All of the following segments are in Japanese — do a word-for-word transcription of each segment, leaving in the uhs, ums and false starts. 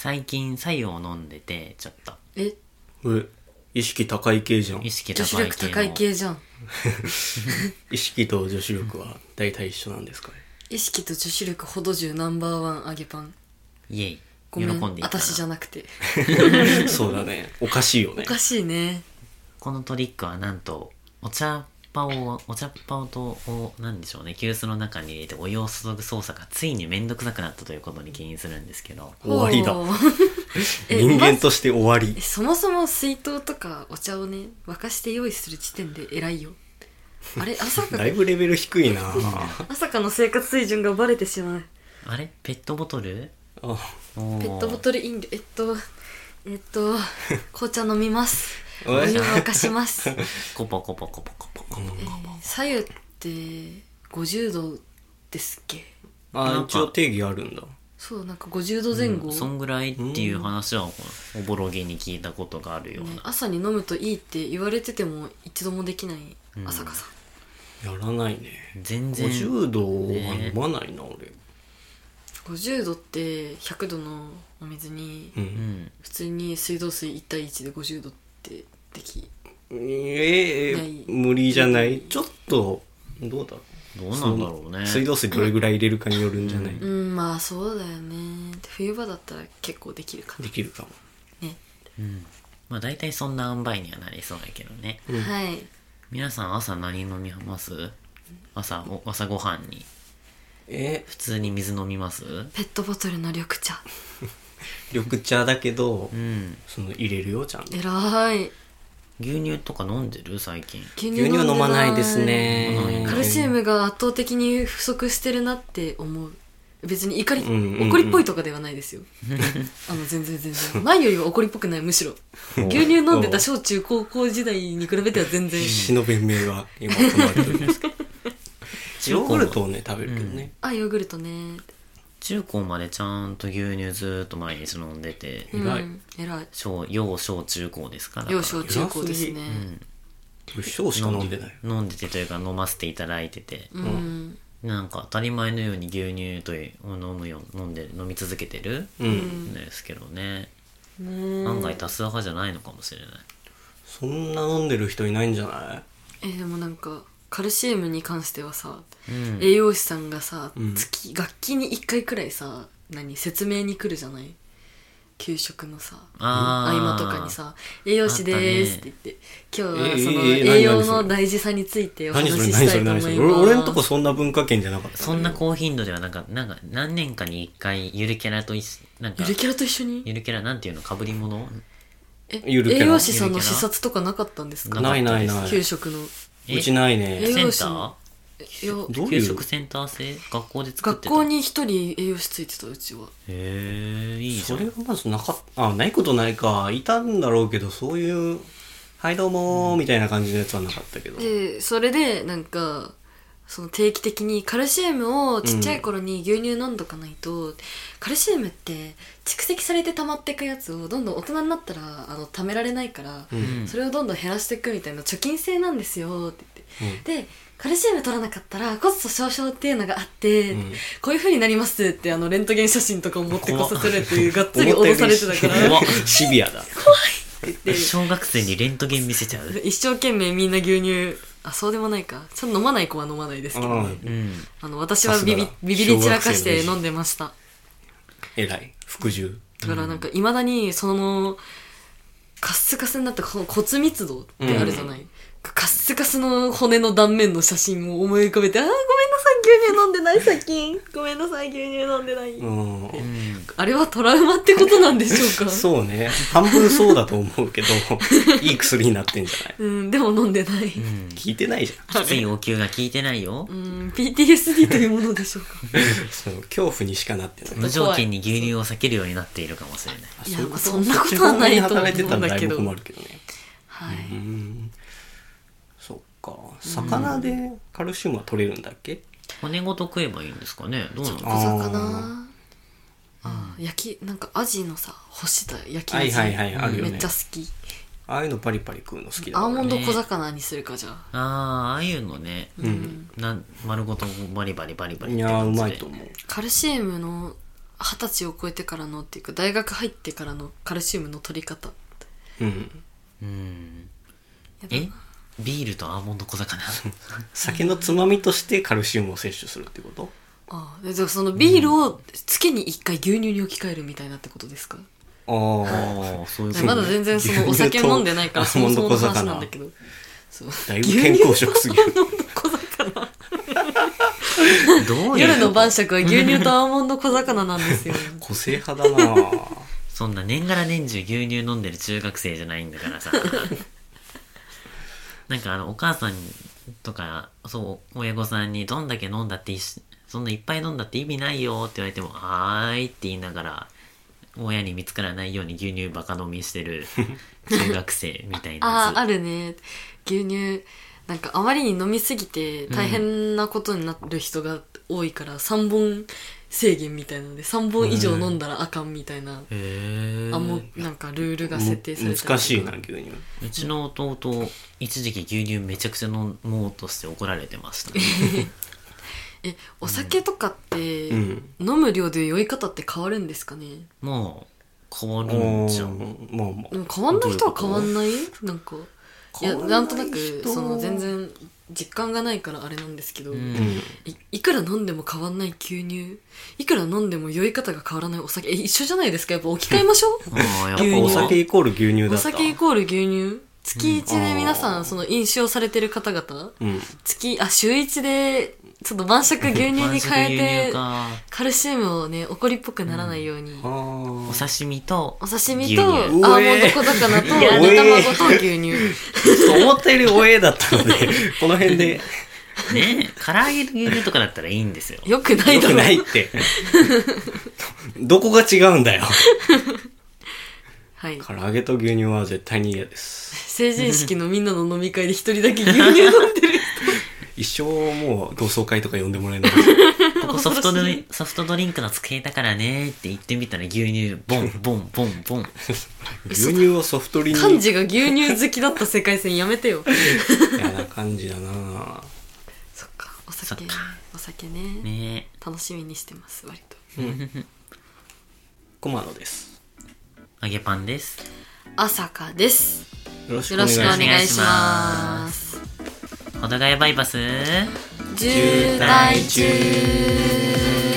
最近白湯を飲んでてちょっとええ意識高い系じゃん。 意識女子高い系の力高い系じゃん。 意識と女子力は大体一緒なんですかね。 意識と女子力ほど重ナンバーワン揚げパン。 イエイごめん喜んでいったな。 私じゃなくてそうだね。おかしいよね。 おかしいね。 このトリックはなんとお茶っ葉をお茶っ葉とをなんでしょうね急須の中に入れてお湯を注ぐ操作がついにめんどくさくなったということに起因するんですけど、 終わりだ。 ほうえ人間として終わりえ。そもそも水筒とかお茶をね沸かして用意する時点で偉いよ。あれ朝かだいぶレベル低いな。 朝かの生活水準がバレてしまう。 あれペットボトルあおーペットボトル飲料えっとえっと紅茶飲みます。おおい湯沸かします。 コポコポコポコポコポえー左右ってごじゅうどですっけ。 あ、一応定義あるんだ。 そうなんかごじゅうどぜん後、 うん、そんぐらいっていう話はおぼろげに聞いたことがあるような、 ね、朝に飲むといいって言われてても一度もできない朝香さん、 やらないね。 全然ごじゅうどは飲まないな、俺。 ごじゅうどってひゃくどのお水にう。 うんん普通に水道水いち対いちでごじゅうどってできえないー、無理じゃない？ちょっとどうだろう。 どうなんだろうね。 水道水どれぐらい入れるかによるんじゃない？ うんまあそうだよね。冬場だったら結構できるかできるかも。 ね、 うんまあ大体そんな塩梅にはなりそうだけどね。 うんはい皆さん朝何飲みます朝お朝ごはんにえ普通に水飲みますペットボトルの緑茶緑茶だけど、 うんその入れるよちゃんと。 えらい。 牛乳とか飲んでる最近。 牛牛乳飲まないですね。 うんカルシウムが圧倒的に不足してるなって思う。別に怒り、 うんうんうん怒りっぽいとかではないですよ。あの全然全然前よりは怒りっぽくない。むしろ牛乳飲んでた小中高校時代に比べては全然必死の弁明が今行われておりますけどヨーグルトをね食べるけどね、 あヨーグルトね。 中高までちゃんと牛乳ずーっと毎日飲んでて、 偉いうん、偉い。 小幼小中高ですから。 幼少中高ですね。 うん、小しか飲んでない。 飲んでてというか飲ませていただいてて、 うん、うんなんか当たり前のように牛乳というを飲むよ飲んで飲み続けてるうん、 んですけどね、 ね案外多数派じゃないのかもしれない。 そんな飲んでる人いないんじゃない？ えでもなんかカルシウムに関してはさ、 うん栄養士さんがさ、 うん月学期にいっかいくらいさ何説明に来るじゃない。給食のさあー合間とかにさ「栄養士でーす」って言って「今日はえそのええ栄養何それの大事さについてお話何それししたいと何それ何そ思います」 れ俺俺んとこそんな文化圏じゃなかった。 そんな高頻度ではなんかなんか何年かに一回ゆるキャラと一緒なんかゆるキャラと一緒にゆるキャラなんていうのかぶり物えゆるキャラ栄養士さんの視察とかなかったんですか？ ないないない。 給食のえうちない栄ね。 セン養士ターいやどういう給食センター制学校で作ってた。 学校に一人栄養士ついてたうちは。 へえいいじゃん。 それがまずなかったあないことないか。いたんだろうけどそういう「はいどうも」みたいな感じのやつはなかったけど、 でそれでなんかその定期的にカルシウムをちっちゃい頃に牛乳飲んどかないと、カルシウムって蓄積されて溜まっていくやつをどんどん大人になったらあの溜められないから、 うんそれをどんどん減らしていくみたいな貯金制なんですよって言って、 うんでカルシウム取らなかったらコスト少々っていうのがあって、 うんこういう風になりますってあのレントゲン写真とかを持ってこさせられてがっつり脅されてたから怖っシビアだ。 で小学生にレントゲン見せちゃう。 一生懸命みんな牛乳あそうでもないかちょっと飲まない子は飲まないですけど、ね、 うんうんあの私はビビさすがだビビり散らかして飲んでました。 偉い服従。 だからなんかいまだにそのカッスカスになったこの骨密度ってあるじゃない、カッスカスの骨の断面の写真を思い浮かべてあーごめんなさい牛乳飲んでない最近ごめんなさい牛乳飲んでない、 うんうんあれはトラウマってことなんでしょうかそうね半分そうだと思うけどいい薬になってんじゃない？ うんでも飲んでない、 うん聞いてないじゃん。 きつい要求が効いてないよう。ん ピーティーエスディー というものでしょうかその恐怖にしかなってない。 無条件に牛乳を避けるようになっているかもしれない。 いやそううまあそんなことはないと思うんだけどそっち方面に働いてたらだいぶ困るけどね。 はい、 うんそっか魚でカルシウムは取れるんだっけ？ 骨ごと食えばいいんですかね。どうなの？ あ小魚あー焼きなんかアジのさ干した焼きアジ、 はいはいはいあるよねめっちゃ好き。 ああいうのパリパリ食うの好きだからアーモンド小魚にするかじゃあ。 ああああいうのね、 うんなん丸ごとバリバリバリバリいやーうまいと思う。 カルシウムの二十歳を超えてからのっていうか大学入ってからのカルシウムの取り方。 うんうんやだなえビールとアーモンド小魚酒のつまみとしてカルシウムを摂取するってこと？ ああ、でじゃあそのビールを月にいっかい牛乳に置き換えるみたいなってことですか？ あああそういうことまだ全然そのお酒飲んでないからそもそもの話なんだけど、そうだいぶ健康食すぎる。 牛乳とアーモンド小魚どういうこと夜の晩酌は牛乳とアーモンド小魚なんですよ。 個性派だなぁ。 そんな年がら年中牛乳飲んでる中学生じゃないんだからさなんかあのお母さんとかそう親御さんにどんだけ飲んだっていいしそんないっぱい飲んだって意味ないよって言われてもはーいって言いながら親に見つからないように牛乳バカ飲みしてる中学生みたいなああ、あるね。牛乳なんかあまりに飲みすぎて大変なことになる人が多いからさんぼん制限みたいなのでさんぼん以上飲んだらあかんみたいな、 へあもうなんかルールが設定されてる。 難しいな牛乳。 うちの弟一時期牛乳めちゃくちゃ飲もうとして怒られてました、ね、 えお酒とかって、 うん飲む量で酔い方って変わるんですかね？ もう変わるおんじゃんーまあまあでも変わんない人は変わんない。 ないなんかいや変わんないなんとなく人その全然実感がないからあれなんですけど、 うんうんい, いくら飲んでも変わんない牛乳、いくら飲んでも酔い方が変わらないお酒、え一緒じゃないですか？やっぱ置き換えましょうああやっぱやっぱお酒イコール牛乳だった。 お酒イコール牛乳。月いちで皆さんその飲酒をされてる方々、 うん月あ週いちでちょっと晩酌牛乳に変え晩酌牛て乳かカルシウムをね怒りっぽくならないように、 あおー刺身とお刺身牛とア乳ーモンド小魚とうえ煮卵と牛乳。 思ったよりおえだったのでこの辺でねえ唐揚げと牛乳とかだったらいいんですよよくないよくだろ。 ないってどこが違うんだよ。 はい。 唐揚げと牛乳は絶対に嫌です。 成人式のみんなの飲み会で一人だけ牛乳飲んでる。 一生もう同窓会とか呼んでもらえない。 ここソフトドリソフトドリンクの机だからねって言ってみたら牛乳ボンボンボンボン牛乳をソフトリに漢字が牛乳好きだった世界線やめてよ。 嫌な感じだな。 そっか、お酒そっかお酒ねね楽しみにしてます割と。 コマノです。 揚げパンです朝香です。 よろしよろしくお願いししま。 ます保土ヶ谷バイパス渋滞中。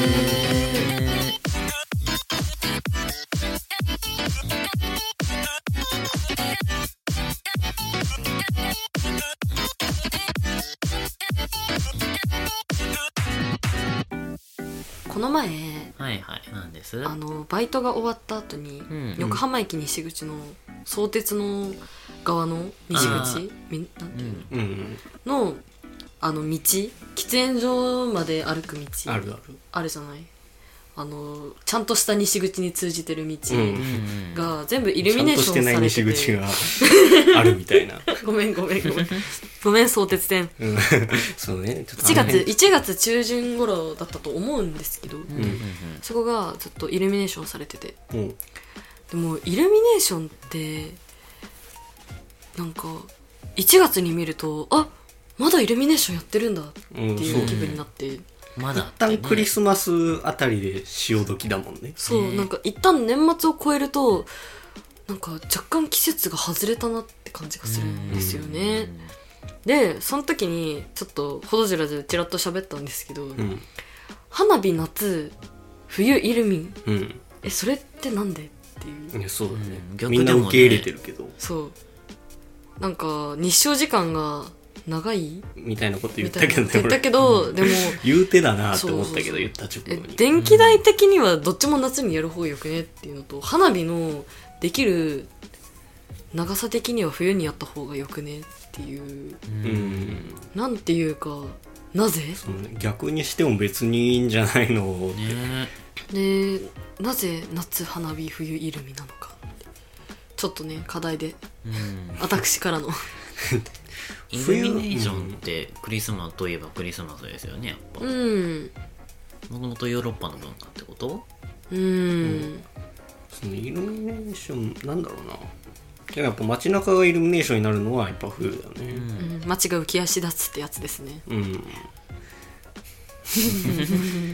この前はいはいなんですあのバイトが終わった後に、 ん横浜駅西口の相鉄の側の西あ口みなんていううんうんのあの道喫煙所まで歩く道あるある。 あるじゃない、あのちゃんとした西口に通じてる道うんうんが全部イルミネーちゃんとしてないションされてて、 西口があるみたいな。 ごめんごめんごめんごめん相鉄店。 うんそうね。ちょっと 1月あの辺いちがつ中旬頃だったと思うんですけど、 うんうんそこがずっとイルミネーションされてて、 うんでもイルミネーションってなんかいちがつに見るとあまだイルミネーションやってるんだってうんいう気分になって、 一まだってね旦クリスマスあたりで潮時だもんね。 そう、 ねなんか一旦年末を超えるとなんか若干季節が外れたなって感じがするんですよね。でその時にちょっとほどじらずちらっと喋ったんですけど、 うん花火夏冬イルミンうんえそれってなんでっていう、 いやそうだねうん逆でもねみんな受け入れてるけどそうなんか日照時間が長いみたいなこと言みったたけどねいな言った俺けど、でも言うてだなって思ったけそうそうそうど言った直え後に電気代的にはどっちも夏にやる方がよくねっていうのと、花火のできる長さ的には冬にやった方がよくねっていう、 うんうんなんていうかなぜそのね逆にしても別にいいんじゃないのってねでなぜ夏花火冬イルミなのかちょっとね課題でうん私からのイルミネーションってクリスマスといえばクリスマスですよねやっぱうんもともとヨーロッパの文化ってことうんそのイルミネーションなんだろうなやっぱ街中がイルミネーションになるのはやっぱ冬だねうん街が浮き足立つってやつですね。 うん、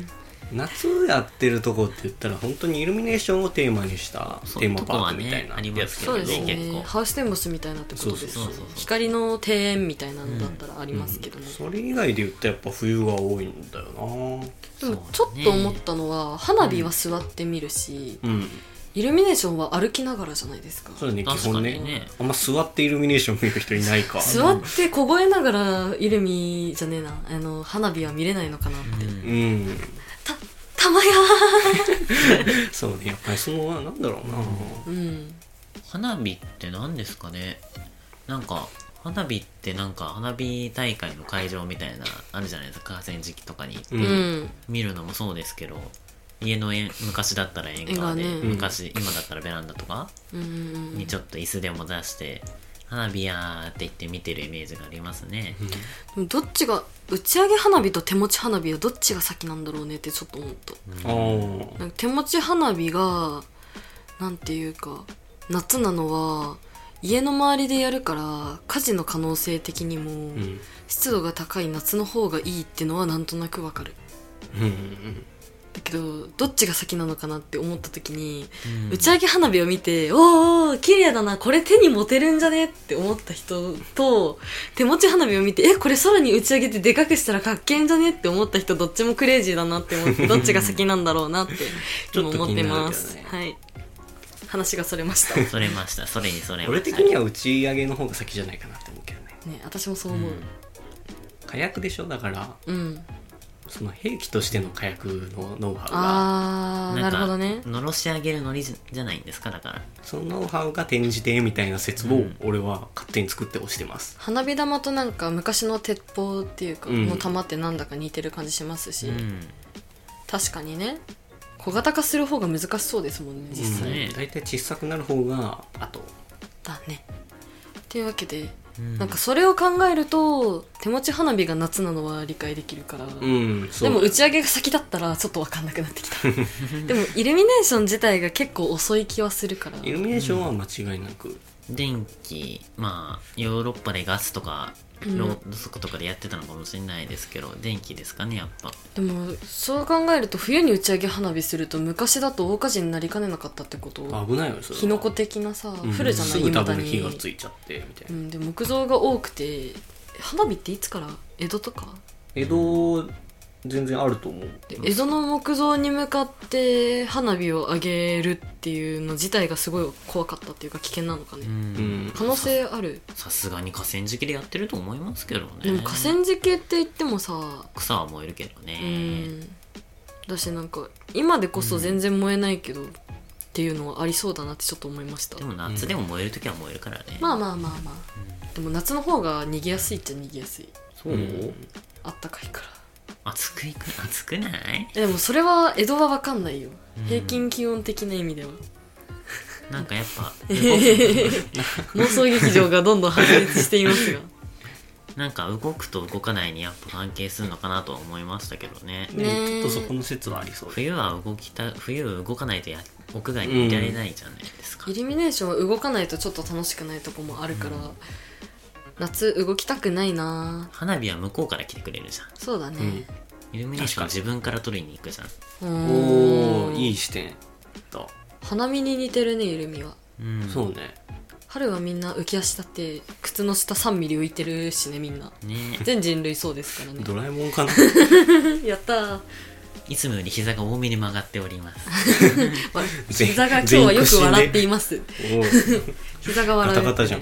夏やってるとこって言ったら本当にイルミネーションをテーマにしたテーマパークみたいなやつそうですね結ね構ハウステンボスみたいなってことですそうそうそうそう光の庭園みたいなのだったらありますけどね、 それ以外で言ったらやっぱ冬が多いんだよな。 でもちょっと思ったのは花火は座ってみるし、 うんイルミネーションは歩きながらじゃないですか。 そうだね、基確か本ねにねあんま座ってイルミネーション見る人いないか。 座って凍えながらイルミじゃねえなあの花火は見れないのかなって、 うんうんたたまやそうね、やっぱりそのなんだろうな、 ーうん花火って何ですかね。なんか花火ってなんか花火大会の会場みたいなあるじゃないですか。河川敷とかにううんん見るのもそうですけど、家の縁昔だったら縁側で、 縁側ね昔今だったらベランダとかうんうんにちょっと椅子でも出して花火やーって言って見てるイメージがありますね。 でもどっちが打ち上げ花火と手持ち花火はどっちが先なんだろうねってちょっと思ったあーなんか手持ち花火がなんていうか夏なのは家の周りでやるから火事の可能性的にもうん湿度が高い夏の方がいいってのはなんとなくわかる。 うんうんだけどどっちが先なのかなって思った時に、 うん打ち上げ花火を見ておーおー綺麗だなこれ手に持てるんじゃねって思った人と手持ち花火を見てえこれ空に打ち上げてでかくしたらかっけえんじゃねって思った人どっちもクレイジーだなって思ってどっちが先なんだろうなって今思ってます、 ちょっと気になるけどねはい話がそれましたねそれましたそれにそれま俺した的には打ち上げの方が先じゃないかなって思うけどね。 私もそう思う火薬でしょ、だからうん、 その兵器としての火薬のノウハウがあーなんかるほどねのろし上げるノリじゃないんですか。だからそのノウハウが展示艇みたいな説をうん俺は勝手に作って押してます。 花火玉となんか昔の鉄砲っていうか、 うんの玉ってなんだか似てる感じしますし、 うん確かにね小型化する方が難しそうですもんね実際、 ねうん、大体小さくなる方があとだねっていうわけで、 うんなんかそれを考えると手持ち花火が夏なのは理解できるから、 うんそうでも打ち上げが先だったらちょっと分かんなくなってきたでもイルミネーション自体が結構遅い気はするからイルミネーションは間違いなく、 電気まあヨーロッパでガスとかうんろうそくとかでやってたのかもしれないですけど、電気ですかねやっぱ。 でもそう考えると冬に打ち上げ花火すると昔だと大火事になりかねなかったってこと危ないよそれは火の粉的なさ、 うん降るじゃないすぐ多未だに分火がついちゃってみたいうな、 ん、で木造が多くて花火っていつから江戸とか江戸全然あると思う。 で江戸の木造に向かって花火を上げるっていうの自体がすごい怖かったっていうか危険なのかね、 ううんん可能性ある。 さすがに河川敷でやってると思いますけどね。 でも河川敷って言ってもさ草は燃えるけどうね。 んだしなんか今でこそ全然燃えないけど、っていうのはありそうだなってちょっと思いました。 でも夏でも燃えるときは燃えるからね。 まあまあまあまあ、でも夏の方が逃げやすいっちゃ逃げやすい。 そう、 うんあったかいから。 暑くいく暑くないえでもそれは江戸は分かんないよ、 うん平均気温的な意味では。 なんかやっぱ妄想劇場がどんどん発熱していますがなんか動くと動かないにやっぱ関係するのかなとは思いましたけどね。 ねねちょっとそこの説はありそうで冬は動きた冬動かないとや屋外にいられないじゃないですか。 イルミネーションは動かないとちょっと楽しくないとこもあるから、夏動きたくないな。 花火は向こうから来てくれるじゃん。 そうだね、 イルミネーションは自分から取りに行くじゃん。 うおおいいい視点だ、 花見に似てるねイルミは。 うん、 そうね。 春はみんな浮き足立って靴の下さんミリ浮いてるしねみんなね全人類そうですからねドラえもんかなやったーいつもより膝が多めに曲がっております。 わ全膝が今日はよく笑っていますおー膝がガ笑うタガタじゃん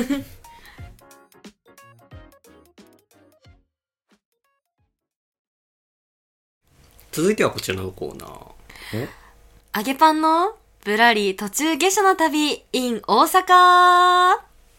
続いてはこちらのコーナー。 揚げパンのぶらり途中下車の旅 in 大阪。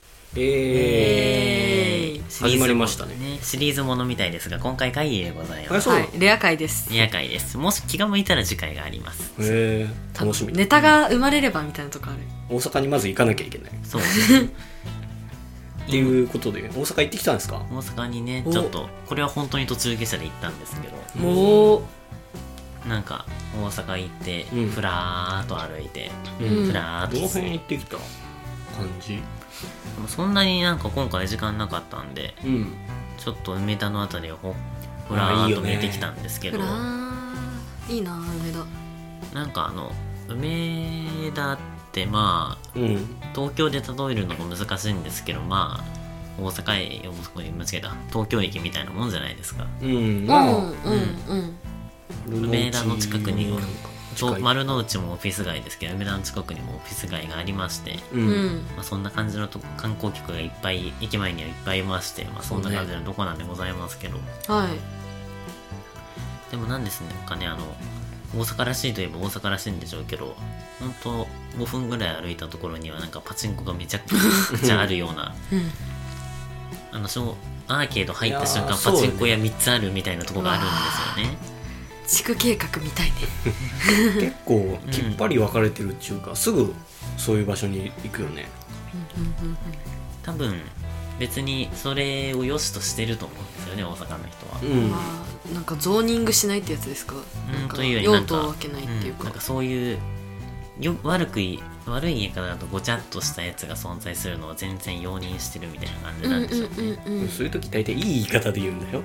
えー、 えー始まりましたね。 ねシリーズものみたいですが今回会議でございます。 あそうはいレア回です。 レア会です。もし気が向いたら次回があります。 へー、楽しみ。 ネタが生まれればみたいなとこある。 大阪にまず行かなきゃいけない。 そうっていうことで、大阪行ってきたんですか？ 大阪にねおちょっとこれは本当に途中下車で行ったんですけど、 もうなんか大阪行ってうんふらーっと歩いて、 うんふらーっとどの辺行ってきた感じ？ そんなになんか今回時間なかったんでうん。 ちょっと梅田のあたりをほふらーっと見てきたんですけど、 ふらーいいな梅田。 なんかあの梅田ってまあうん東京で例えるのが難しいんですけど、まあ大阪へ間違えた東京駅みたいなもんじゃないですか。 うんまあうんうんうん梅田の近くになんか近い丸の内もオフィス街ですけど、梅田の近くにもオフィス街がありまして、 ううんんまあ、そんな感じのとこ観光客がいっぱい駅前にはいっぱいいまして、まあ、そんな感じのとこなんでございますけど、 はいでもなんですかね、あの大阪らしいといえば大阪らしいんでしょうけど、本当ごふんぐらい歩いたところにはなんかパチンコがめちゃくちゃあるようなうんあのショーアーケード入った瞬間いやーそうねパチンコ屋みっつあるみたいなとこがあるんですよね。 地区計画みたいね。 結構きっぱり分かれてるっていうか、すぐそういう場所に行くよね。 多分別にそれを良しとしてると思うんですよね、大阪の人は。 うんまあなんかゾーニングしないってやつですか。なんかというよりなんか用途を分けないっていうか。 んなんかそういうよ悪くい悪い言い方だとごちゃっとしたやつが存在するのを全然容認してるみたいな感じなんでしょうね。 うんうんうんそういう時大体いい言い方で言うんだよ。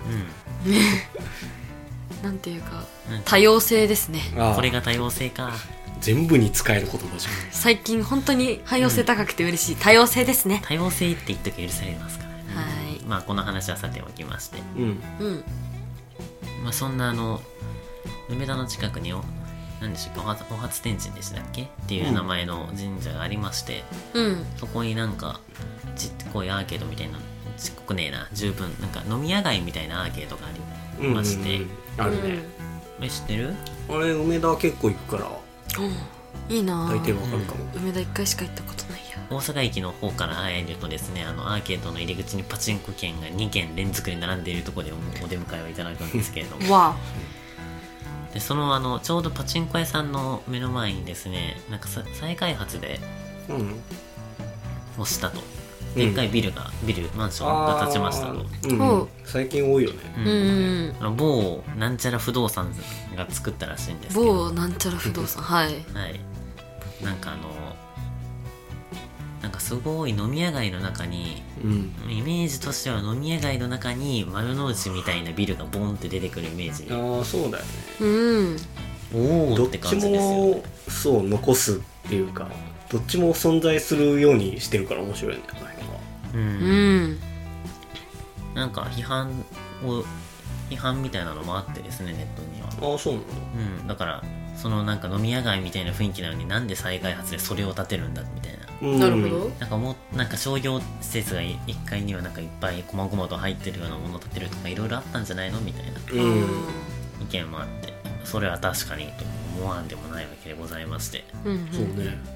なんていうかうん多様性ですね。 ああこれが多様性か。 全部に使える言葉じゃん。 最近本当に汎用性高くて嬉しい、多様性ですね。 多様性って言っときゃ許されますからね。 はいまあこの話はさておきまして、 うんうんまあ、そんなあの梅田の近くにお何でしたっけ、お初お初天神でしたっけっていう名前の神社がありまして、 うんそこになんかちっこいアーケードみたいなちっこくねえな十分なんか飲み屋街みたいなアーケードがありまして、 うんうんうんあるね。 え知ってる？ あれ梅田結構行くからうんいいな大体わかるかも。 梅田一回しか行ったことないや。 大阪駅の方から入るとですね、あのアーケードの入り口にパチンコ券がにけん連続で並んでいるところでおお出迎えをいただくんですけれどもわでそのあのちょうどパチンコ屋さんの目の前にですね、なんかさ再開発でうんをしたとでっかいビルが、ビルマンションが建ちましたと。 うんおう最近多いよね。 ううんうんあの某なんちゃら不動産が作ったらしいんですけど、 某なんちゃら不動産はいはい、なんかあのなんかすごい飲み屋街の中にうんイメージとしては飲み屋街の中に丸の内みたいなビルがボンって出てくるイメージ。 ああそうだよね。 うんおおっどってち感じですよ。 もそう残すっていうか、どっちも存在するようにしてるから面白いんだよね。 う、 うんんなんか批判を批判みたいなのもあってですね、ネットには。 ああそうなんだ。 うん、だからそのなんか飲み屋街みたいな雰囲気なのになんで再開発でそれを建てるんだみたいな。 うんなるほどなんかもうなんか商業施設がいいっかいにはなんかいっぱい細々と入ってるようなものを建てるとかいろいろあったんじゃないのみたいなうん意見もあって、それは確かにと思わんでもないわけでございまして、 うんうんそうね。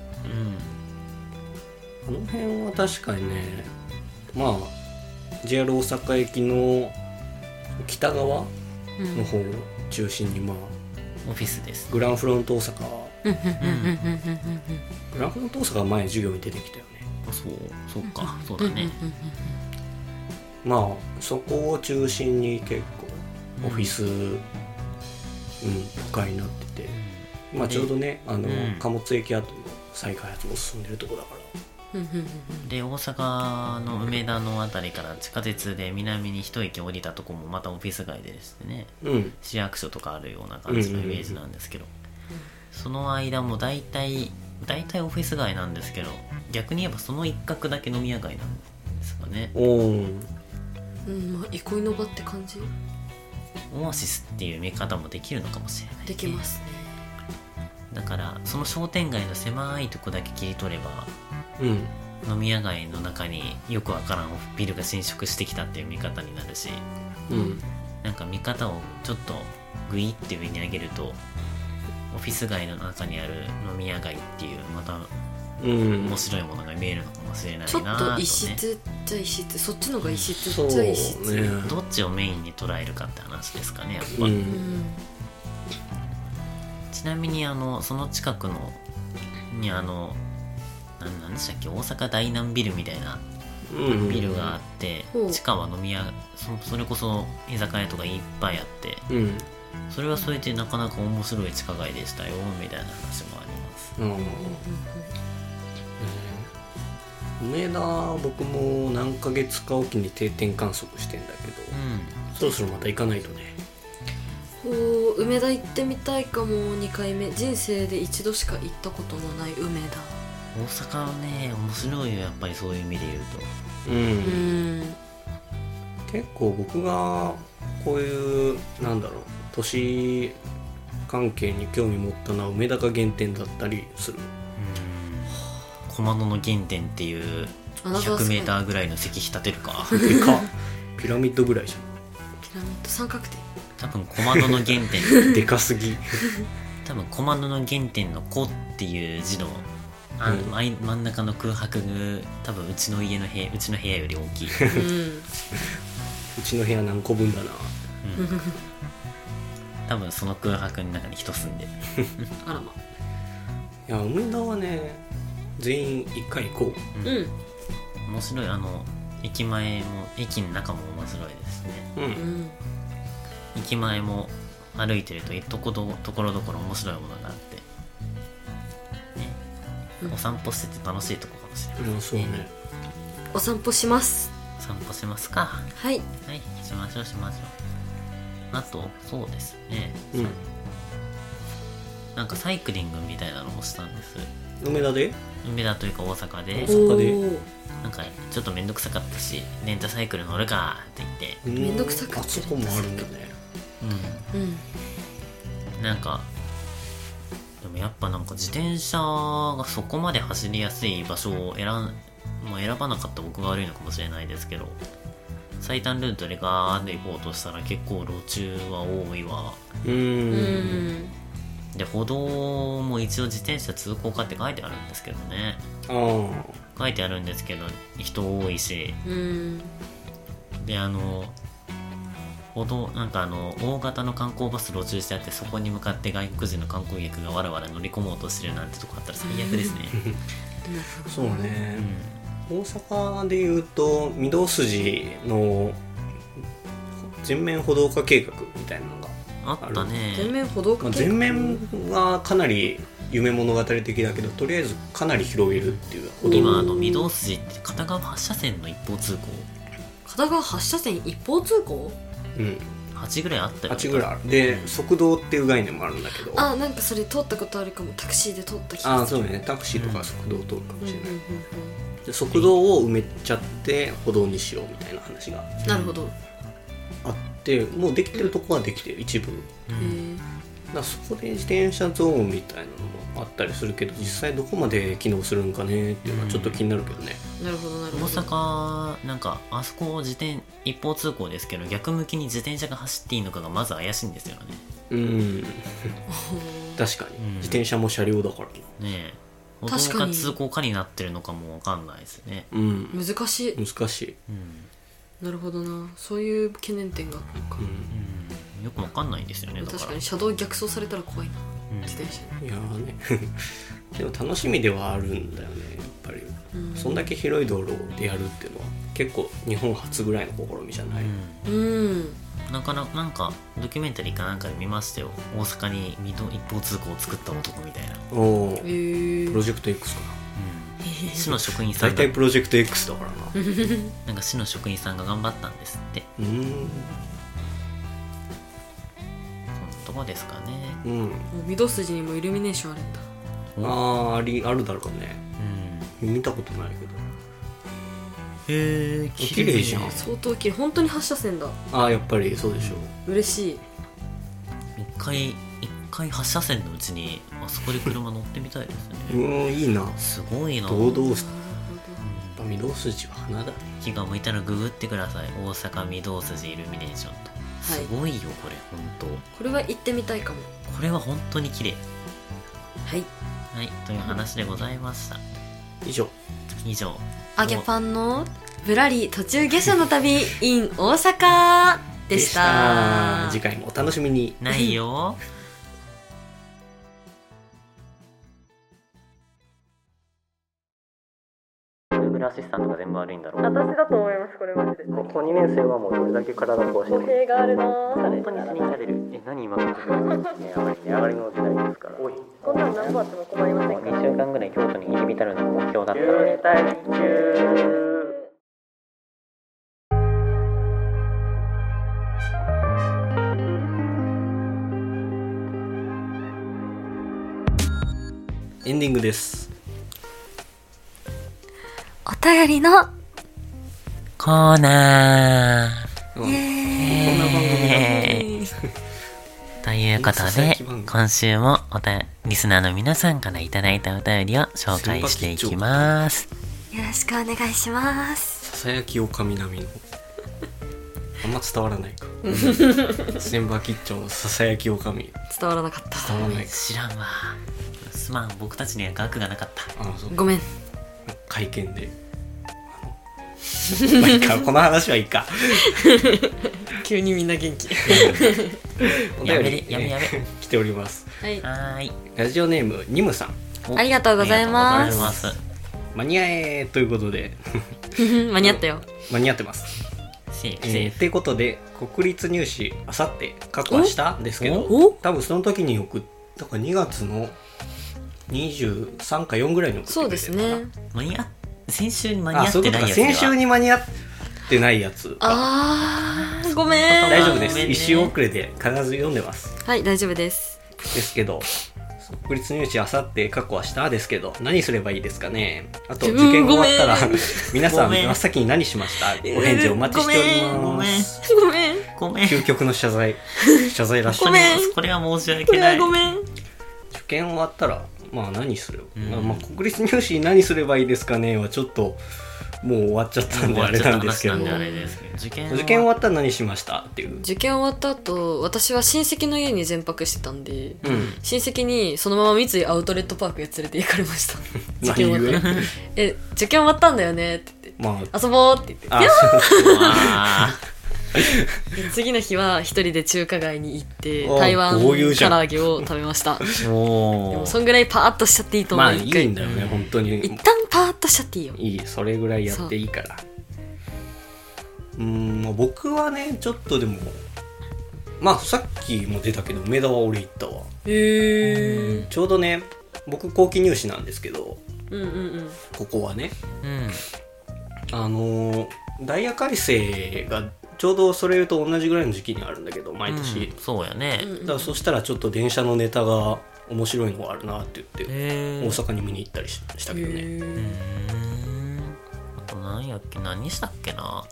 うんあの辺は確かにね、まあ ジェイアール 大阪駅の北側うんの方を中心に、まあオフィスです。 グランフロント大阪、 うんうんうんうんうんグランフロント大阪は前授業に出てきたよね。 あそうそうかそうだね。 まあそこを中心に結構オフィス、うん、都会になってて、まあちょうどね、あの、 うん貨物駅跡の再開発も進んでるとこだから。 うんうんうんで大阪の梅田のあたりから地下鉄で南に一駅降りたとこもまたオフィス街でですね、 うん市役所とかあるような感じのイメージなんですけど、その間も大体大体オフィス街なんですけど、逆に言えばその一角だけ飲み屋街なんですかね。 おーうんまあ憩いの場って感じオアシスっていう見方もできるのかもしれない、ね、 できますね。 だからその商店街の狭いとこだけ切り取ればうん飲み屋街の中によくわからんビルが侵食してきたっていう見方になるし、 うんなんか見方をちょっとグイって上に上げるとオフィス街の中にある飲み屋街っていうまたうん面白いものが見えるのかもしれないなちょっとね。 と異質っちゃ異質、そっちの方が異質そうっちゃ異質。 ねどっちをメインに捉えるかって話ですかね、やっぱ。 ううんんちなみにあのその近くのにあのなんなんでしたっけ、大阪大南ビルみたいなうんビルがあって、 ほう地下は飲み屋そそれこそ居酒屋とかいっぱいあって、 うんそれはそれでなかなか面白い地下街でしたよみたいな話もあります。 うん梅田僕も何ヶ月かおきに定点観測してんだけど、 うんそろそろまた行かないとね。 ほう梅田行ってみたいかも。にかいめ。人生で一度しか行ったことのない梅田。 大阪はね面白いよやっぱりそういう意味で言うと。 うん、 うん結構僕がこういうなんだろう都市関係に興味持ったのは梅田が原点だったりする。 うん駒野の原点っていうアナザースカイひゃくメーターぐらいの石碑立てるかでかっピラミッドぐらいじピラミッド三角点。 多分駒野の原点ゃんでかすぎ多分駒野の原点の「子」っていう字のあの、 うん真い真ん中の空白が多分うちの家の部屋うちの部屋より大きい、 うんうちの部屋何個分だな。 うん、多分その空白の中に人住んでるあらま。 いや梅田はね全員一回行こうんうん面白い。あの駅前も駅の中も面白いですね。 う。う。 うんん駅前も歩いてるととことところどころ面白いものがあって、ねうんお散歩してて楽しいとこかもしれない。 うん、そうね。 お散歩します。 散歩しますか。 はい。 はいしましょうしましょう。あとそうですね、 うん。 なんかサイクリングみたいなのもしたんです。 梅田で？ 梅田というか大阪で大阪でおーなんかちょっとめんどくさかったしレンタサイクル乗るかって言ってめめんどくさくってあそこもあるんだね。 ううんんなんかでもやっぱなんか自転車がそこまで走りやすい場所を選ん、まあ、選ばなかった僕が悪いのかもしれないですけど最短ルートでガーって行こうとしたら結構路中は多いわ。 うー。 うんんで歩道も一応自転車通行かって書いてあるんですけどねあ書いてあるんですけど人多いしうんであの歩道なんかあの大型の観光バス路中してあってそこに向かって外国人の観光客がわらわら乗り込もうとしてるなんてとこあったら最悪ですね。 あ、そうねう。ん大阪でいうと御堂筋の全面歩道化計画みたいなのが、 あったね。 全面歩道まあ、 化計画。 全面はかなり夢物語的だけどとりあえずかなり広げるっていう歩道。 今あの御堂筋って片側はち車線の一方通行片側はち車線一方通行。 うん、 はちぐらいあったよね。 はちぐらいある。で速道っていう概念もあるんだけど、ああ、なんかそれ通ったことあるかも。タクシーで通った気あがする。 そうね、タクシーとか速道通るかもしれない、 うんうんうんで速道を埋めちゃって歩道にしようみたいな話がうん。なるほど。 あってもうできてるとこはできてる一部だかうへんえ。 らそこで自転車ゾーンみたいなのもあったりするけど実際どこまで機能するんかねっていうのはちょっと気になるけどね。 なるほどなるほ大ど。 阪なんかあそこ自転一方通行ですけど逆向きに自転車が走っていいのかがまず怪しいんですよね。 うん確かに、 うん自転車も車両だからな。 ねえ歩道確かにか通行かになってるのかもわかんないですね。 うん難しい。 難しい、 うん、 なるほどな。そういう懸念点があるのか。 ううん、よくわかんないんですよねだから。 確かに車道逆走されたら怖いな。 うん自転車に。 ん、いやーねでも楽しみではあるんだよねやっぱり、 うんそんだけ広い道路でやるっていうのは結構日本初ぐらいの試みじゃない、 うんうん。 なかなかなんかドキュメンタリーかなんかで見ましたよ。大阪に二度一方通行を作った男みたいな。 おお、 へえ。 プロジェクト X かうん、市の職員さ大んが体プロジェクト X だからななんか市の職員さんが頑張ったんですって。 うーんそのとこですかね。 うんもう御堂筋にもイルミネーションあるんだ。 あーありあるだろうね。 うん。 見たことないけどへえ綺麗じゃん相当綺麗。本当にはち車線だ。 ああやっぱりそうでしょ嬉しい。 一回一回はち車線のうちにあそこで車乗ってみたいですう。うね。 ーんいいな。 すごいな。 堂々しなるた御堂筋は花だね。 気が向いたらググってください。大阪御堂筋イルミネーションと。すごいよこれ本当。 ほど。これは行ってみたいかも。 これは本当に綺麗。 はい。 はいという話でございました。 以上。 以上。 あげパンのぶらり途中下車の旅 in 大阪でした。 次回もお楽しみに。 ないよ。Google アシスタントが全部悪いんだろう。 私だと思います。これマジで。 高校にねん生はもうどれだけ体壊して語弊があるな。 本当に死にかれる。え、何今のこと言うの？ 値上がり値上がりの時代ですから。おい。 こんなん何個あっても困りませんか。 にしゅうかんぐらい京都に入り浸るのが目標だったので。 滞中。 ディングです。 お便りのコーナー。 うん、こんな番組だね。 ということで、今週もおたリスナーの皆さんからいただいたお便りを紹介していきます。 よろしくお願いします。 ささやきおかみ並みのあんま伝わらないか千葉吉兆のささやきおかみ伝わらなかった伝わらないか。 知らんわ。すまん、僕たちには額がなかった。 あそうごめん。 会見でまあいいか、この話はいいか急にみんな元気おやめ便り、 れやめやめ来ております。 はいはーい。 ラジオネームニムさん、 ありがとうございますありがとうございます。 間に合えということで間に合ったよ。 間に合ってます。えー、 セーフセーフ。 ってことで国立入試あさって確保したんですけど、 お多分その時に送ったからにがつのにじゅうさんかよんぐらいに送ってそうでくれてるかな。 すね。 間に合っ先週に間に合あ、 ってそういうことか。 ないやつでは。 先週に間に合ってないやつか。 あーごめん。 大丈夫です。 ごめんね一周遅れで必ず読んでます。 はい大丈夫です。 ですけど、国立入試あさって確保はしたですけど、何すればいいですかね。あと、 うん受験が終わったらごめん皆さんごめん真っ先に何しました？お返事お待ちしておりごめんます。 ごめん。 ごめん。 究極の謝罪。謝罪らしい。 ごめんこれは申しこ訳な。 れはいごめん。 受験終わったら、まあ何する、 うんまあ、まあ国立入試何すればいいですかねはちょっともう終わっちゃったんであれなんですけど、 終わっちゃった話なんであれですけど受験は受験終わったら何しましたっていう。 受験終わった後、私は親戚の家に全泊してたんで、 うん親戚にそのまま三井アウトレットパークへ連れて行かれました。受験終わったらえ受験終わったんだよねって言って、 まあ遊ぼうって言って、 ああで次の日は一人で中華街に行ってあ台湾豪遊じゃん唐揚げを食べました。 ーでおーもそんぐらいパーッとしちゃっていいと思う。 まあい一回いんだよね、本当に一旦パーッとしちゃっていいよ。 いい、それぐらいやっていいから。うーん、まあ僕はねちょっとでもまあさっきも出たけど梅田は俺行ったわ。 へえ。 ちょうどね僕後期入試なんですけど、 うんうんうん。 ここはねうんあのーダイヤ改正がちょうどそれと同じぐらいの時期にあるんだけど毎年、 うんそうやね。 だからそしたらちょっと電車のネタが面白いのがあるなって言ってへー大阪に見に行ったりししたけどね。 うーんあと何やっけ何したっけな。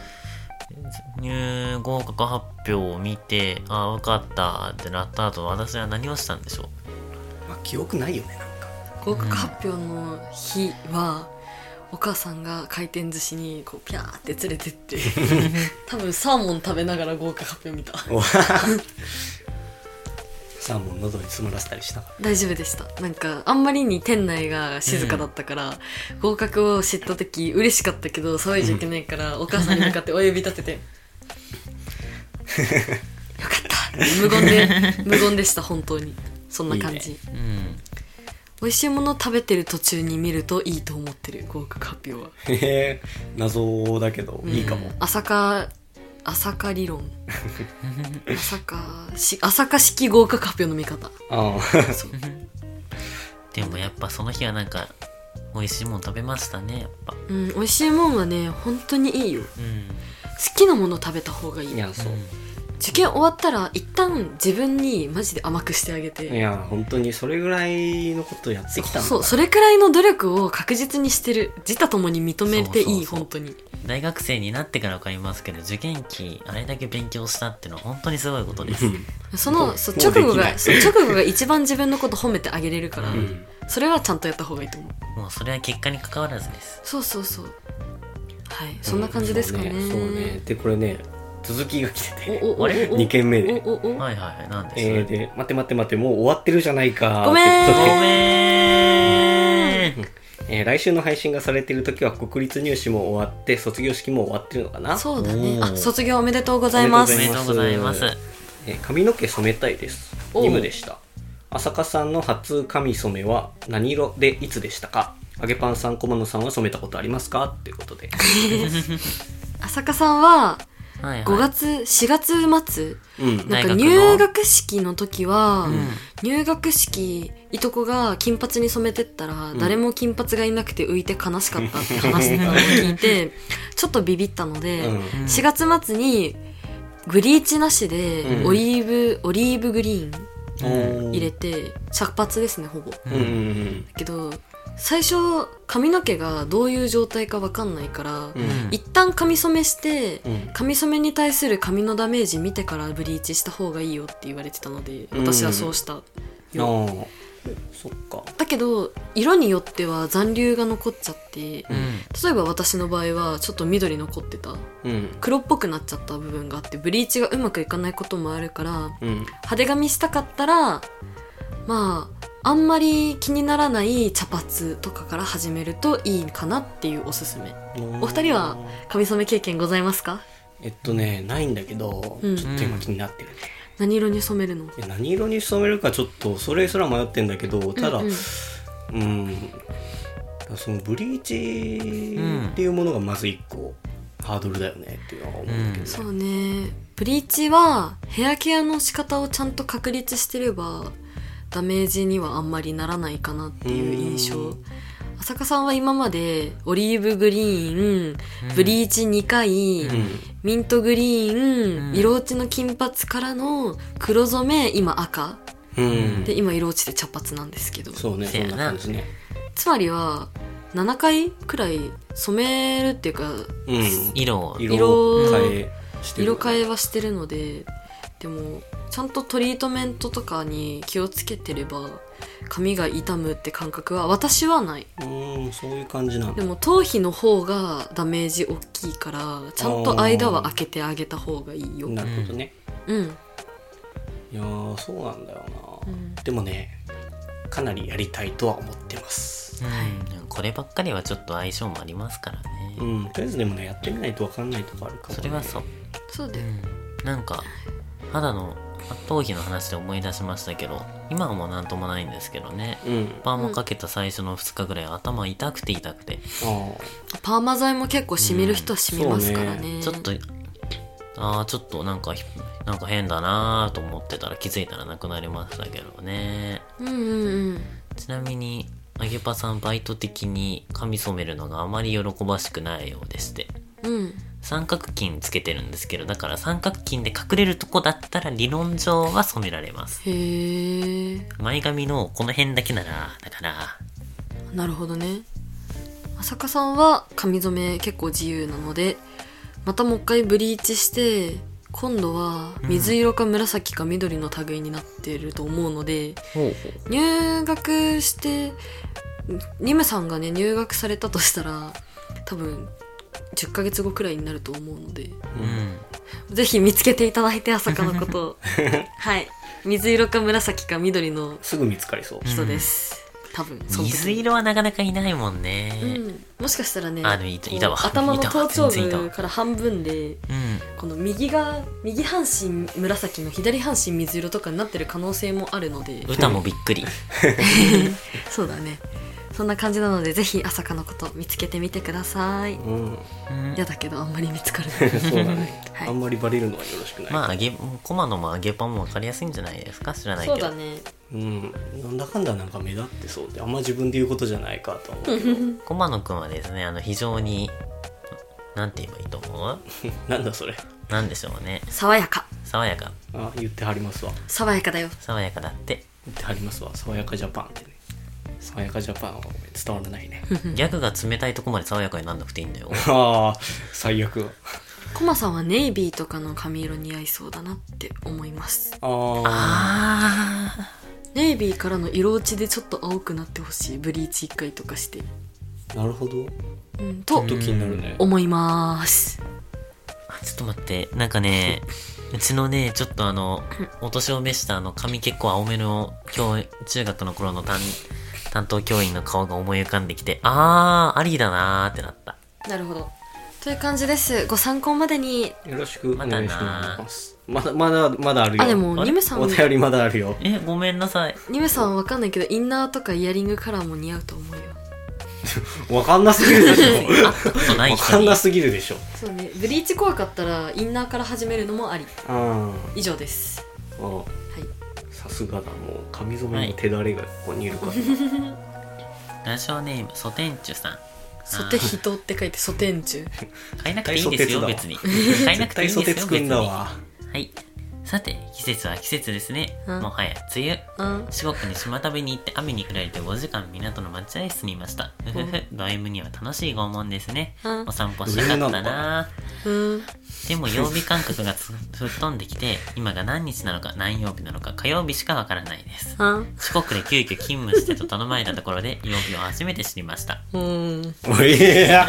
入合格発表を見てああ分かったってなった後私は何をしたんでしょう。 まあ記憶ないよねなんか。 合格発表の日は、お母さんが回転寿司にこうピャーって連れてって多分サーモン食べながら合格発表見た。 サーモン喉に詰まらせたりした。 大丈夫でした。なんかあんまりに店内が静かだったから、うん、合格を知った時嬉しかったけど騒いじゃいけないから、うん、お母さんに向かって親指立ててよかった無言で無言でした。本当にそんな感じ。いいね。 うん美味しいもの食べてる途中に見るといいと思ってる合格発表は。 へえ謎だけど、うん、いいかも。 朝霞朝霞理論朝霞し朝霞式合格発表の見方。 あそうでもやっぱその日はなんか美味しいもの食べましたねやっぱ。 うん美味しいもんはね本当にいいよ。 うん好きなもの食べた方がいい。 いやそう、 受験終わったら一旦自分にマジで甘くしてあげて。 いや本当にそれぐらいのことやってきたんだ。 そうそれくらいの努力を確実にしてる。自他ともに認めていい。 そうそうそう本当に大学生になってから分かりますけど受験期あれだけ勉強したっていうのは本当にすごいことです。 そのそうもう直後もうできないがそう直後が一番自分のこと褒めてあげれるから、 うん、 それはちゃんとやった方がいいと思う。 もうそれは結果に関わらずです。 そうそうそうはいそんな感じですかね。 うん、そうね。そうねでこれね続きが来てておおおおあれにけんめでおおおはいはいはいなんです、 えー、で待って待って待ってもう終わってるじゃないかごめんってことでごめーんえー来週の配信がされている時は国立入試も終わって卒業式も終わってるのかな。 そうだね。 おーあ卒業おめでとうございます。 おめでとうございます。 えー髪の毛染めたいですおうニムでした。浅香さんの初髪染めは何色でいつでしたか。揚げパンさん駒野さんは染めたことありますかっていうことで浅香さんははいはい、 ごがつしがつ末うんなんか大学の入学式の時は、 うん入学式いとこが金髪に染めてったら、 ん誰も金髪がいなくて浮いて悲しかったって話してたのを聞いてちょっとビビったので、 うんしがつ末にグリーチなしでうんオリーブ、オリーブグリーンうん入れて茶髪ですねほぼ。 うんうんうんだけど最初髪の毛がどういう状態か分かんないから、 うん一旦髪染めして、 うん髪染めに対する髪のダメージ見てからブリーチした方がいいよって言われてたので私はそうしたよ、 あーそっか。 だけど色によっては残留が残っちゃって、 うん例えば私の場合はちょっと緑残ってたうん黒っぽくなっちゃった部分があってブリーチがうまくいかないこともあるからうん派手髪したかったらまああんまり気にならない茶髪とかから始めるといいかなっていうおすすめ。お二人は髪染め経験ございますか？ えっとねないんだけど、 うんちょっと今気になってるね。 何色に染めるの？ いや何色に染めるかちょっとそれすら迷ってんだけど、ただうんううんん、そのブリーチっていうものがまず一個ハードルだよねっていうのは思うんだけどね。 そうね、ブリーチはヘアケアの仕方をちゃんと確立してればダメージにはあんまりならないかなっていう印象。 うん浅香さんは今までオリーブグリーン、ブリーチにかい、 うんミントグリーン、 うん色落ちの金髪からの黒染め、今赤うんで今色落ちで茶髪なんですけど、 そうね、そんな感じね。 つまりはななかいくらい染めるっていうかうん、 色を色変えしてる色変えはしてるので、でもちゃんとトリートメントとかに気をつけてれば髪が傷むって感覚は私はない。 うん、そういう感じなんだ。 でも頭皮の方がダメージ大きいからちゃんと間は開けてあげた方がいいよ。 なるほどね。 うん、 いやーそうなんだよな、 うんでもねかなりやりたいとは思ってます。 うん、こればっかりはちょっと相性もありますからね。 うん、とりあえずでもねやってみないと分かんないとこあるかも、ね、 それはそう。 そうだよ。 うん、なんか肌の頭皮の話で思い出しましたけど、今はもうなんともないんですけどね。 うんパーマかけた最初のふつかぐらい頭痛くて痛くて、 あパーマ剤も結構染みる人は染みますからね。 うんちょっとあーちょっとなんかなんか変だなーと思ってたら気づいたらなくなりましたけどね。 うんうんうん。 ちなみにあげぱさんバイト的に髪染めるのがあまり喜ばしくないようでして、 うん。 三角巾つけてるんですけど、だから三角巾で隠れるとこだったら理論上は染められます。 へえ。 前髪のこの辺だけならだから。 なるほどね。浅香さんは髪染め結構自由なので、またもう一回ブリーチして今度は水色か紫か緑の類になってると思うので、 ほうほ入学してニムさんがね入学されたとしたら多分じゅっかげつごくらいになると思うので、 う。うん。 ぜひ見つけていただいて朝香のことをはい水色か紫か緑のすぐ見つかりそう、 人です、多分その時水色はなかなかいないもんね。 うん、もしかしたらねあでもいたこういたわ頭のいたわ頭頂全然いたわ部から半分でうん。 この右が右半身紫の左半身水色とかになってる可能性もあるので歌もびっくり。 そうだね、そんな感じなのでぜひ朝香のこと見つけてみてください。 うんうん嫌だけどあんまり見つかるのそうだね、 はいあんまりバレるのはよろしくない、 まあ揚げコマのも揚げパンも分かりやすいんじゃないですか、知らないけど。 そうだね。 うん、なんだかんだなんか目立ってそうであんま自分で言うことじゃないかとは思うけど駒野くんはですね、あの非常になんて言えばいいと思う？ なんだそれ、 なんでしょうね。 爽やか爽やかあ言ってはりますわ爽やかだよ。 爽やかだって。 言ってはりますわ、爽やかジャパンってね、爽やかジャパンは伝わらないねギャグが冷たいとこまで爽やかになんなくていいんだよ。 ああ最悪。 コマさんはネイビーとかの髪色似合いそうだなって思います。 あああネイビーからの色落ちでちょっと青くなってほしい。ブリーチいっかいとかして、 なるほど、 うん、とちょっと気になるね。 思います。 ーちょっと待って、なんかねうちのねちょっとあのお年を召したあの髪結構青めの教中学の頃の担担当教員の顔が思い浮かんできて、あーありだなーってなった。 なるほど。という感じです。ご参考までに。 よろしくお願いしまだなます。まだまだまだあるよ。 あ、でもあれニムさんお便りまだあるよ。 えごめんなさい。 ニムさんわかんないけどインナーとかイヤリングカラーも似合うと思うよ。 わかんなすぎるでし会ったことなょ。 い人にわかんなすぎるでしょ。 そうね、ブリーチ怖かったらインナーから始めるのもあり。 あ以上です。 あ、 はい。 さすがだ。もう髪染めの手だれがここにいるから。 ラジオネームソテンチュさん。 ソテヒトって書いてソテンチュ。 変えなくていいんですよ別に。変えなくていいんですよ絶対ソテつく別に。 んだわ。 はい。 さて季節は季節ですね、 うんもはや梅雨。 うん四国に島旅に行って雨に降られてごじかん港の待合室にいました。ふふふ、ド M には楽しい拷問ですね、 うんお散歩したかった上なのかな。 うんでも曜日感覚がつ吹っ飛んできて、今が何日なのか何曜日なのか火曜日しかわからないです。 うん四国で急遽勤務してと頼まれたところで曜日を初めて知りました。 うんおいや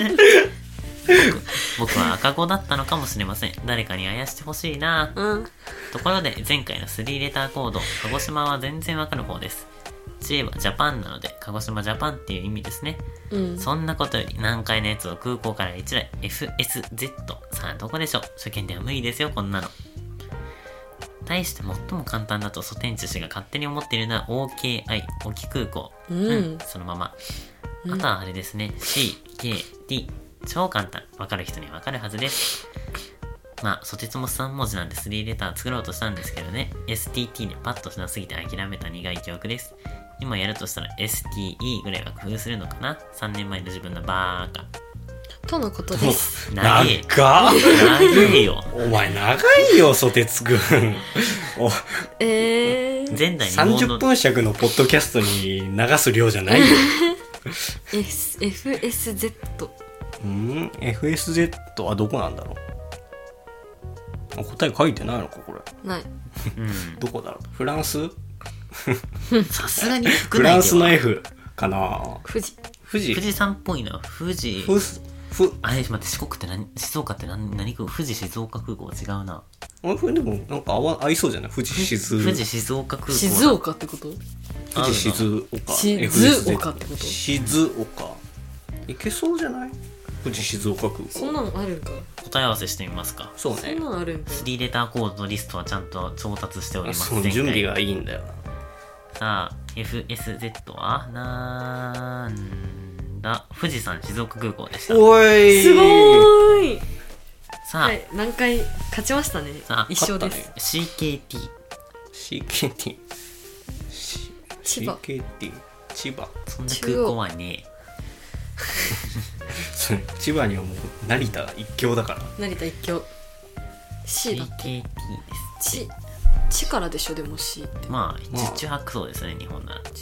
僕は赤子だったのかもしれません。誰かにあやしてほしいな。 うんところで前回のスリーレターコード、鹿児島は全然わかる方です。知恵はジャパンなので鹿児島ジャパンっていう意味ですね。 うんそんなことより難解なやつを空港からいちだい エフエスゼット。さあどこでしょう。初見では無理ですよこんなの。対して最も簡単だとソテンチ氏が勝手に思っているのは オーケーアイ 沖空港。 うんそのまま。あとはあれですね、シーケーティー。超簡単。わかる人にはわかるはずです。まあ、ソテツもさん文字なんでスリーレター作ろうとしたんですけどね、エスティーティー でパッとしなすぎて諦めた苦い記憶です。今やるとしたら エスティーイー ぐらいは工夫するのかな。さんねんまえの自分のバーカ。 とのことです長え。 長っ長えよ。 お前長いよソテツくんおえー、 前代未さんじゅ聞のっぷん尺のポッドキャストに流す量じゃないよ S- エフエスゼットうん エフエスゼット はどこなんだろう。あ答え書いてないのかこれ。 ないうん。 どこだろう。フランスさすがにフ国内でランスのは。 F かな。 富士富士富士山っぽいのは富士。 ふすふあれ、待って、四国って何、静岡って何、何空、富士静岡空港違うな。 あこれでもなんか合わ合いそうじゃない。富士静富士静岡空港だ。 静岡ってこと富士静岡静エフエスゼット岡ってこと静岡いけそうじゃない。富士静岡空港。 そんなのあるんか答え合わせしてみますか。 そうねそんな。のあるんかスリーレターコードのリストはちゃんと調達しております。 そう前回準備がいいんだよ。 さあ エフエスゼット はなんだ。富士山静岡空港でした。 おいすごーいさあ、 はい何回勝ちましたねさあ一緒です、 勝ったねシーケーティー。 シーケーティー シ千葉シーケーティー 千葉そんな空港はねそれ千葉にはもう成田一強だから。 成田一強 C だってシーケーティー です。 ちちからでしょでも C ってまあまあ十中八九そうですね日本なら。ち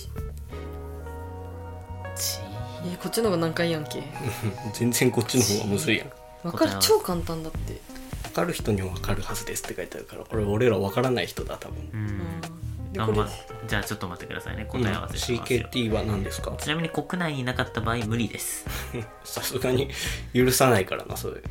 えーこっちの方が難解やんけ全然こっちの方がむずいやん。 わかる超簡単だって分かる人には分かるはずですって書いてあるからこれ俺ら分からない人だ多分。 うんうんでこれ頑張る。じゃあちょっと待ってくださいね。答え合わせしますよ。 シーケーティー は何ですか。 ちなみに国内にいなかった場合無理です。 さすがに許さないからなそれ。 んこ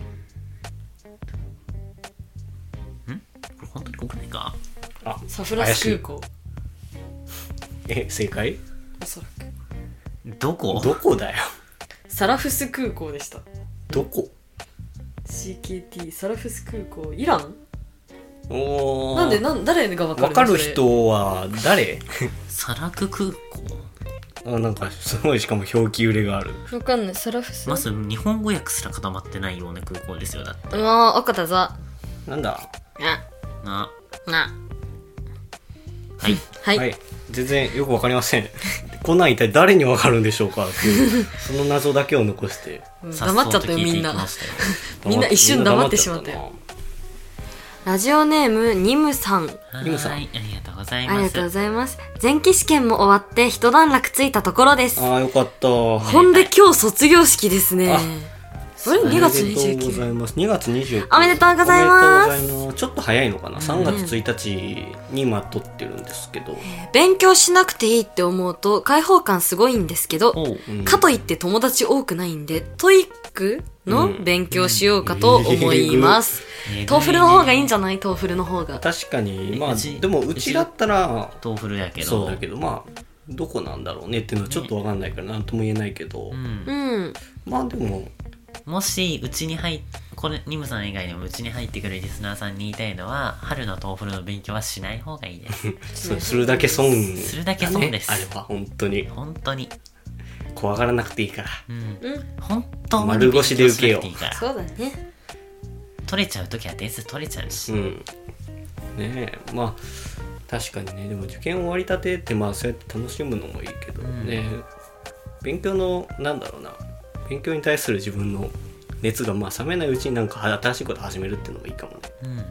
れ本当に国内か。 あサフラス空港え正解。 おそらくどこどこだよ。 サラフス空港でしたどこ。 シーケーティー サラフス空港イランおーなんでなん誰がわかるの分かるそれ人は誰サラク空港。 あなんかすごいしかも表記揺れがある。 わかんないサラフスまず日本語訳すら固まってないような空港ですよ。だってうわー赤だぞなんだ。 なな。 なはいはい、 はい、全然よくわかりません。こんなん一体誰にわかるんでしょうかっていうその謎だけを残してうんさっ黙っちゃったよそうと聞いてみんないきましたよ。 みんな一瞬黙ってしまったよラジオネームニムさんリムさんはい、ありがとうございあります。 がとうございます前期試験も終わって一段落ついたところですああよかった。 ほんで今日卒業式ですねああれにがつおめでとうござ 29 います。にがつにじゅうくおめでとうございますおめでとうございます。ちょっと早いのかな、さんがつついたちに今撮ってるんですけど、 勉強しなくていいって思うと開放感すごいんですけどおううんかといって友達多くないんでトイックの勉強しようかと思います、 えぐいトーフルの方がいいんじゃないトーフルの方が確かにまあうちでもうちだったらトーフルやけど。 そうだけどまあどこなんだろうねっていうのはちょっとわかんないから何とも言えないけど、 うん。 うんまあでももしうちに入っこれニムさん以外にもうちに入ってくるリスナーさんに言いたいのは、春のトーフルの勉強はしない方がいいですすするだけ損、 するだけ損ですあれは本当に本当に。 怖がらなくていいから。 うんうん本当に丸腰で受けよう勉強しなくていいから。 そうだね取れちゃうときは点数取れちゃうし、 うんねえまあ確かにね。でも受験終わりたてってまあそうやって楽しむのもいいけどね、勉強のなんだろうな勉強に対する自分の熱がまあ冷めないうちになんか新しいこと始めるっていうのもいいかもね。 うん、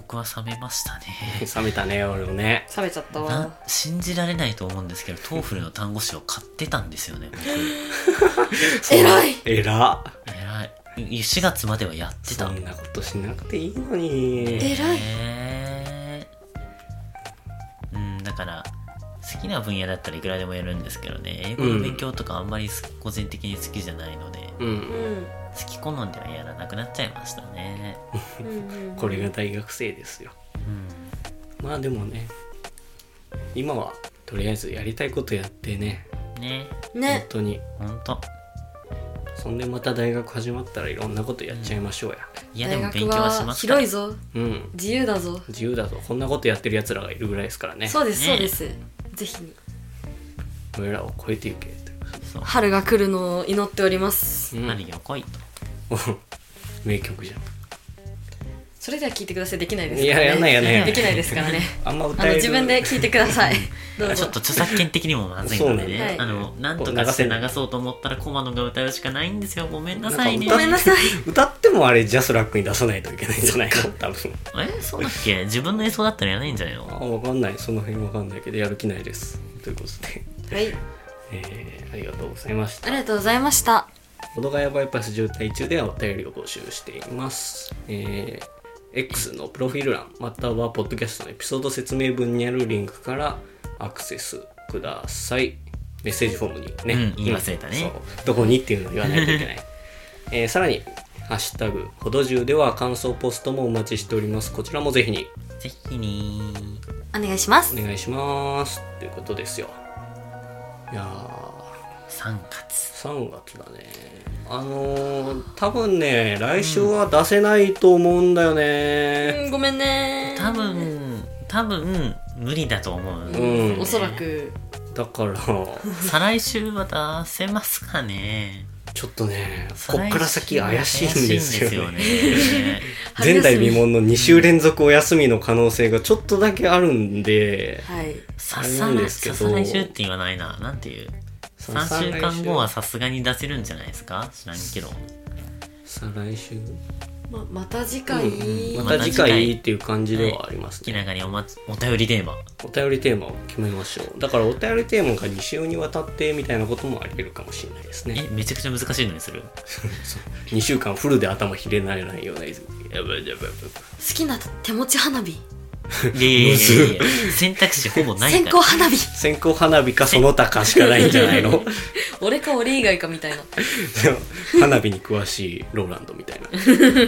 僕は冷めましたね。 冷めたね俺もね。 冷めちゃったわな信じられないと思うんですけど、トーフルの単語詞を買ってたんですよね僕。 偉いえら偉い。しがつまではやってた。 そんなことしなくていいのに。 偉いえー、うんだから好きな分野だったらいくらでもやるんですけどね、英語の勉強とかあんまり個人的に好きじゃないので、 うん、 うん好き好んではやらなくなっちゃいましたね。 うんうんこれが大学生ですよ。 うんまあでもね、今はとりあえずやりたいことやってね、 ね本ね当に。 ほんと。 そんでまた大学始まったらいろんなことやっちゃいましょうや。 いやで大学も勉強はしはますから。 広いぞうん、 自由だぞ自由だぞ。こんなことやってる奴らがいるぐらいですからね。 そうですねそうですぜひ俺らを超えていけというそう春が来るのを祈っておりますうん何よ来いと。 名曲じゃん。 それでは聞いてください。できないですからね。 いややんないやんないやんないできないですからね。 あんまあの歌える自分で聞いてください。どうぞちょっ。と著作権的にもまずいのでね、 そうなんだあのなんとかして流そうと思ったらコマノが歌うしかないんですよ。ごめんなさいね。 ごめんなさい。 歌ってもあれジャスラックに出さないといけないんじゃないの多分。 えそうだっけ？自分の演奏だったらやらないんじゃないあの？ わかんない。その辺わかんないけどやる気ないですということで、 はい。 えー、ありがとうございました。 ありがとうございました。 小戸ヶ谷バイパス渋滞中ではお便りを募集しています。えー X のプロフィール欄またはポッドキャストのエピソード説明文にあるリンクからアクセスください。メッセージフォームにね、 うん言い忘れたねそうどこにっていうのを言わないといけない、えーさらに「ハッシュタグほどじゅう」では感想ポストもお待ちしております。こちらもぜひにぜひにお願いしますお。願いしますということですよ。いやーさんがつ。 さんがつだね。あのー、多分ね来週は出せないと思うんだよね。 うんごめんね。 多分多分無理だと思う。 うんおそらく。 だから再来週は出せますかね。 ちょっとねこっから先怪しいんですよね。 怪しいんですよね。 前代未聞のに週連続お休みの可能性がちょっとだけあるんで、 はい。 さあれなんさ来ですけどさ来週って言わないな。なんていうさんしゅうかんごはさすがに出せるんじゃないですか。知らんけど。 再来週、 ままた次回。 うんままたた次回っていう感じではありますね。 気長におまつお便りテーマ。 お便りテーマを決めましょう。だからお便りテーマがに週にわたってみたいなこともあり得るかもしれないですね。 えめちゃくちゃ難しいのにする。 にしゅうかんフルで頭ひれられないようなやばいやばいやばい好きな手持ち花火。 いやいやいやいや選択肢ほぼない線から。 香花火。 線香花火かその他かしかないんじゃないの。 俺か俺以外かみたいな。 花火に詳しいローランドみたいな。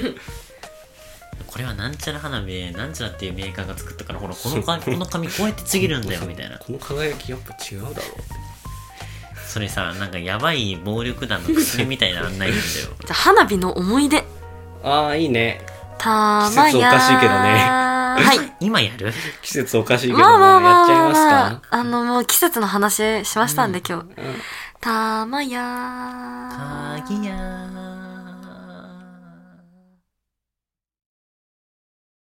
これはなんちゃら花火でなんちゃらっていうメーカーが作ったからほらこのかこの紙こうやってちぎるんだよみたいな。 この輝きやっぱ違うだろう。 それさなんかやばい暴力団の薬みたいな案内なんだよ。 じゃあ花火の思い出。 ああいいね。 たまやー。 季節おかしいけどねはい。 今やる？ 季節おかしいけどまあまあまあなやっちゃいまあまあますか。 あのもう季節の話しましたんで今日。 うんたまやかー。 ぎやー